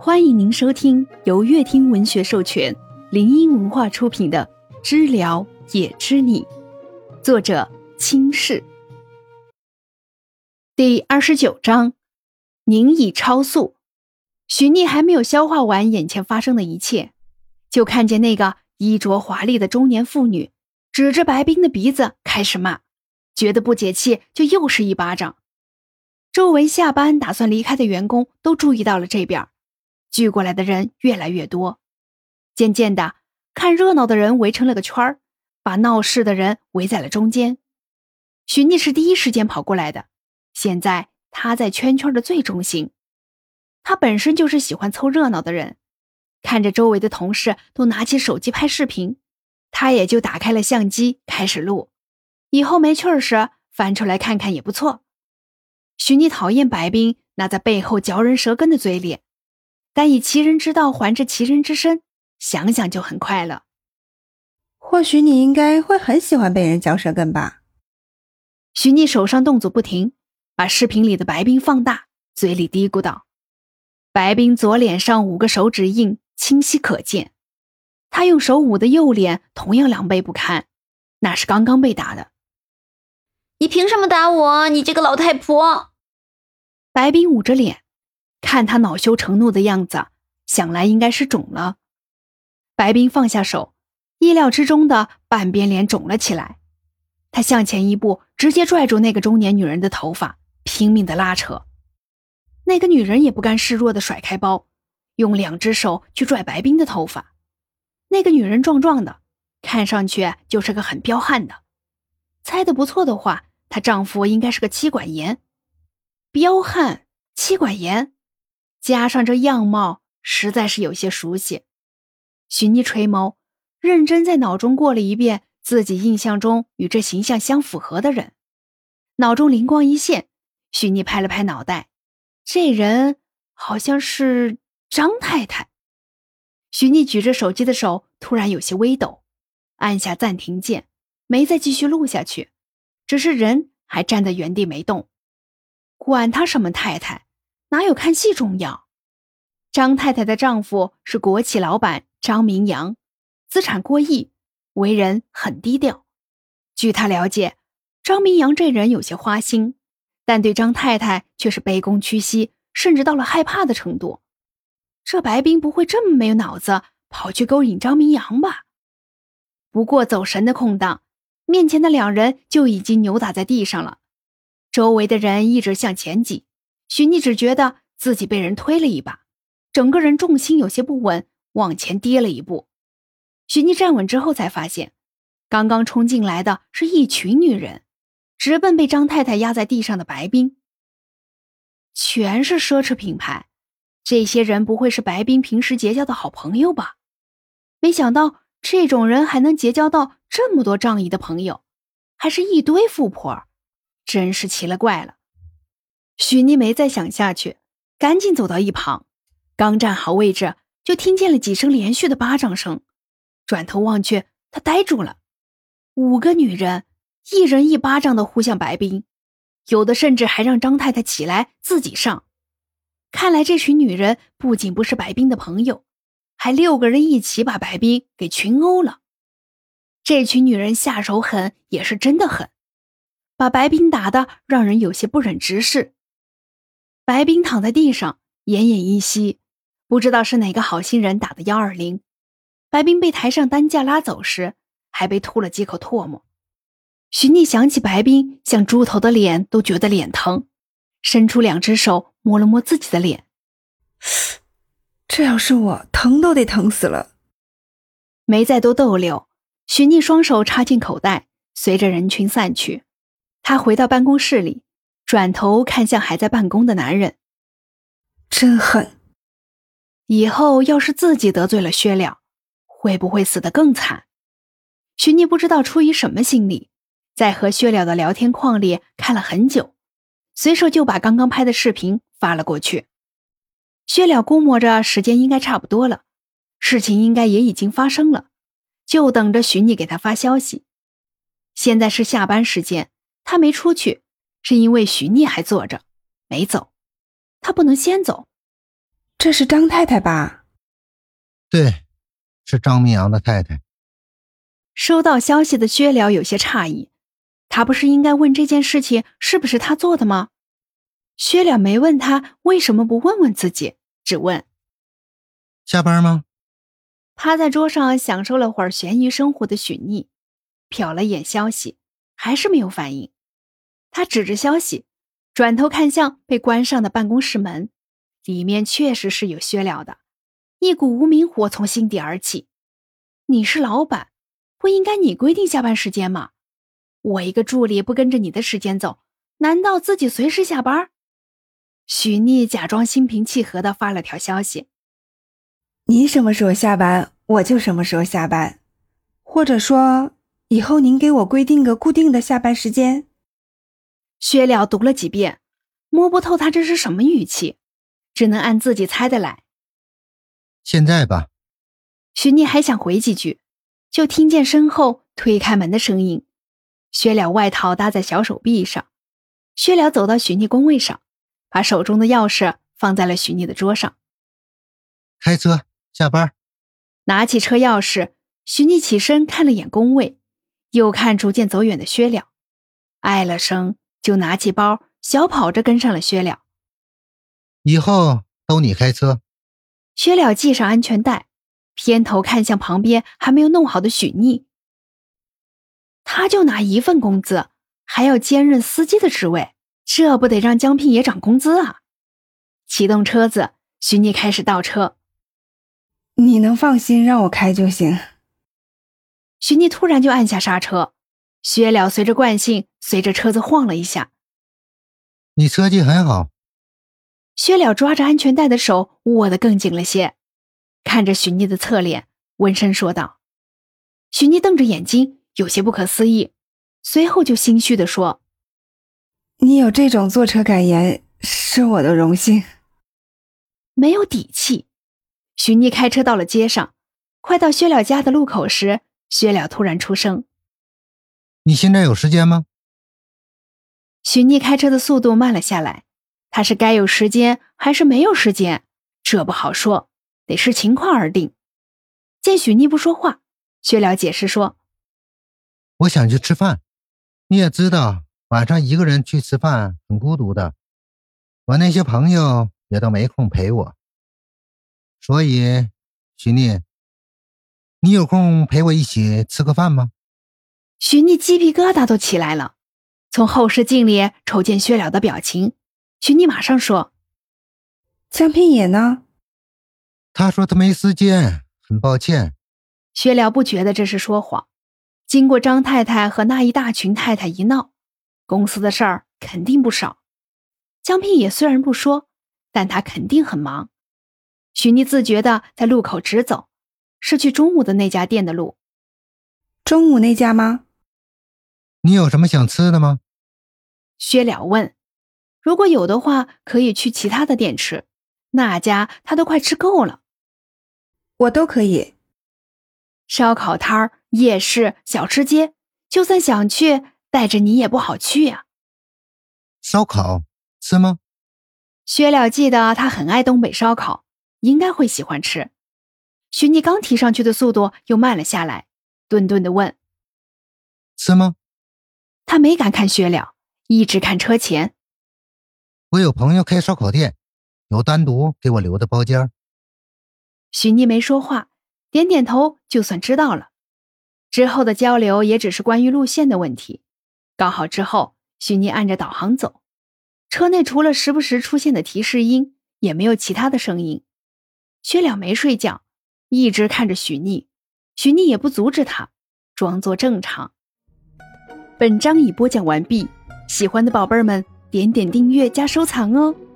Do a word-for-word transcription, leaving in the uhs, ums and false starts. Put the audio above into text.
欢迎您收听由乐听文学授权、林音文化出品的《知了也知你》，作者清世。第二十九章，宁已超速。许逆还没有消化完眼前发生的一切，就看见那个衣着华丽的中年妇女指着白冰的鼻子开始骂，觉得不解气就又是一巴掌。周围下班打算离开的员工都注意到了这边，聚过来的人越来越多。渐渐的，看热闹的人围成了个圈儿，把闹事的人围在了中间。许逆是第一时间跑过来的，现在他在圈圈的最中心。他本身就是喜欢凑热闹的人，看着周围的同事都拿起手机拍视频，他也就打开了相机开始录，以后没趣儿时翻出来看看也不错。许逆讨厌白冰那在背后嚼人舌根的嘴脸，但以其人之道还治其人之身，想想就很快乐。 或许你应该会很喜欢被人嚼舌根吧。 许逆手上动作不停，把视频里的白冰放大，嘴里嘀咕道。白冰左脸上五个手指印清晰可见，他用手捂的右脸同样狼狈不堪，那是刚刚被打的。 你凭什么打我，你这个老太婆！ 白冰捂着脸，看他恼羞成怒的样子，想来应该是肿了。白冰放下手，意料之中的半边脸肿了起来。他向前一步，直接拽住那个中年女人的头发，拼命的拉扯。那个女人也不甘示弱的甩开包，用两只手去拽白冰的头发。那个女人壮壮的，看上去就是个很彪悍的。猜得不错的话，她丈夫应该是个妻管严。彪悍，妻管严，加上这样貌，实在是有些熟悉。许逆垂眸，认真在脑中过了一遍自己印象中与这形象相符合的人。脑中灵光一现，许逆拍了拍脑袋，这人好像是张太太。许逆举着手机的手突然有些微抖，按下暂停键，没再继续录下去，只是人还站在原地没动。管他什么太太，哪有看戏重要。张太太的丈夫是国企老板张明阳，资产过亿，为人很低调。据他了解，张明阳这人有些花心，但对张太太却是卑躬屈膝，甚至到了害怕的程度。这白冰不会这么没有脑子，跑去勾引张明阳吧？不过走神的空档，面前的两人就已经扭打在地上了。周围的人一直向前挤，许逆只觉得自己被人推了一把，整个人重心有些不稳，往前跌了一步。许逆站稳之后才发现，刚刚冲进来的是一群女人，直奔被张太太压在地上的白冰。全是奢侈品牌，这些人不会是白冰平时结交的好朋友吧？没想到这种人还能结交到这么多仗义的朋友，还是一堆富婆，真是奇了怪了。许逆没再想下去，赶紧走到一旁，刚站好位置，就听见了几声连续的巴掌声。转头望去，他呆住了。五个女人，一人一巴掌的呼向白冰，有的甚至还让张太太起来自己上。看来这群女人不仅不是白冰的朋友，还六个人一起把白冰给群殴了。这群女人下手狠也是真的狠，把白冰打得让人有些不忍直视。白冰躺在地上奄奄一息，不知道是哪个好心人打的一二零。白冰被抬上担架拉走时，还被吐了几口唾沫。许逆想起白冰像猪头的脸都觉得脸疼，伸出两只手摸了摸自己的脸。 这要是我，疼都得疼死了。 没再多逗留，许逆双手插进口袋，随着人群散去。他回到办公室里，转头看向还在办公的男人。 真狠！ 以后要是自己得罪了薛了，会不会死得更惨？许逆不知道出于什么心理，在和薛了的聊天框里看了很久，随手就把刚刚拍的视频发了过去。薛了估摸着时间应该差不多了，事情应该也已经发生了，就等着许逆给他发消息。现在是下班时间，他没出去，是因为许逆还坐着没走，他不能先走。 这是张太太吧？ 对，是张明阳的太太。 收到消息的薛了有些诧异，他不是应该问这件事情是不是他做的吗？薛了没问他为什么不问问自己，只问下班吗？ 趴在桌上享受了会儿闲鱼生活的许逆瞟了眼消息，还是没有反应。他指着消息，转头看向被关上的办公室门，里面确实是有薛了的，一股无名火从心底而起。你是老板，不应该你规定下班时间吗？我一个助理不跟着你的时间走，难道自己随时下班？许逆假装心平气和地发了条消息， 您什么时候下班，我就什么时候下班。或者说，以后您给我规定个固定的下班时间。 薛了读了几遍，摸不透他这是什么语气，只能按自己猜的来。 现在吧。 许逆还想回几句，就听见身后推开门的声音。薛了外套搭在小手臂上，薛了走到许逆工位上，把手中的钥匙放在了许逆的桌上。 开车下班。 拿起车钥匙，许逆起身看了眼工位，又看逐渐走远的薛了，唉了声，就拿起包小跑着跟上了薛了。 以后都你开车。 薛了系上安全带，偏头看向旁边还没有弄好的许逆。他就拿一份工资，还要兼任司机的职位，这不得让江聘也涨工资啊！启动车子，许逆开始倒车。 你能放心让我开就行。 许逆突然就按下刹车，薛了随着惯性随着车子晃了一下。 你车技很好。 薛了抓着安全带的手握得更紧了些，看着许逆的侧脸，温声说道。许逆瞪着眼睛，有些不可思议，随后就心虚地说， 你有这种坐车感言，是我的荣幸。 没有底气。许逆开车到了街上，快到薛了家的路口时，薛了突然出声， 你现在有时间吗？ 许逆开车的速度慢了下来，他是该有时间还是没有时间，这不好说，得视情况而定。见许逆不说话，薛了解释说， 我想去吃饭，你也知道晚上一个人去吃饭很孤独的，我那些朋友也都没空陪我，所以许逆，你有空陪我一起吃个饭吗？ 许逆鸡皮疙瘩都起来了，从后视镜里瞅见薛了的表情，许逆马上说， 江聘也呢？ 他说他没时间，很抱歉。 薛了不觉得这是说谎，经过张太太和那一大群太太一闹，公司的事儿肯定不少。江聘也虽然不说，但他肯定很忙。许逆自觉地在路口直走，是去中午的那家店的路。 中午那家吗？ 你有什么想吃的吗？ 薛了问，如果有的话，可以去其他的店吃，那家他都快吃够了。 我都可以。 烧烤摊儿、夜市、小吃街，就算想去，带着你也不好去呀、啊。 烧烤吃吗？ 薛了记得他很爱东北烧烤，应该会喜欢吃。许逆刚提上去的速度又慢了下来，顿顿地问， 吃吗？ 他没敢看薛了，一直看车前。 我有朋友开烧烤店，有单独给我留的包间。 许逆没说话，点点头，就算知道了。之后的交流也只是关于路线的问题。搞好之后，许逆按着导航走，车内除了时不时出现的提示音，也没有其他的声音。薛了没睡觉，一直看着许逆，许逆也不阻止他，装作正常。本章已播讲完毕，喜欢的宝贝们点点订阅加收藏哦。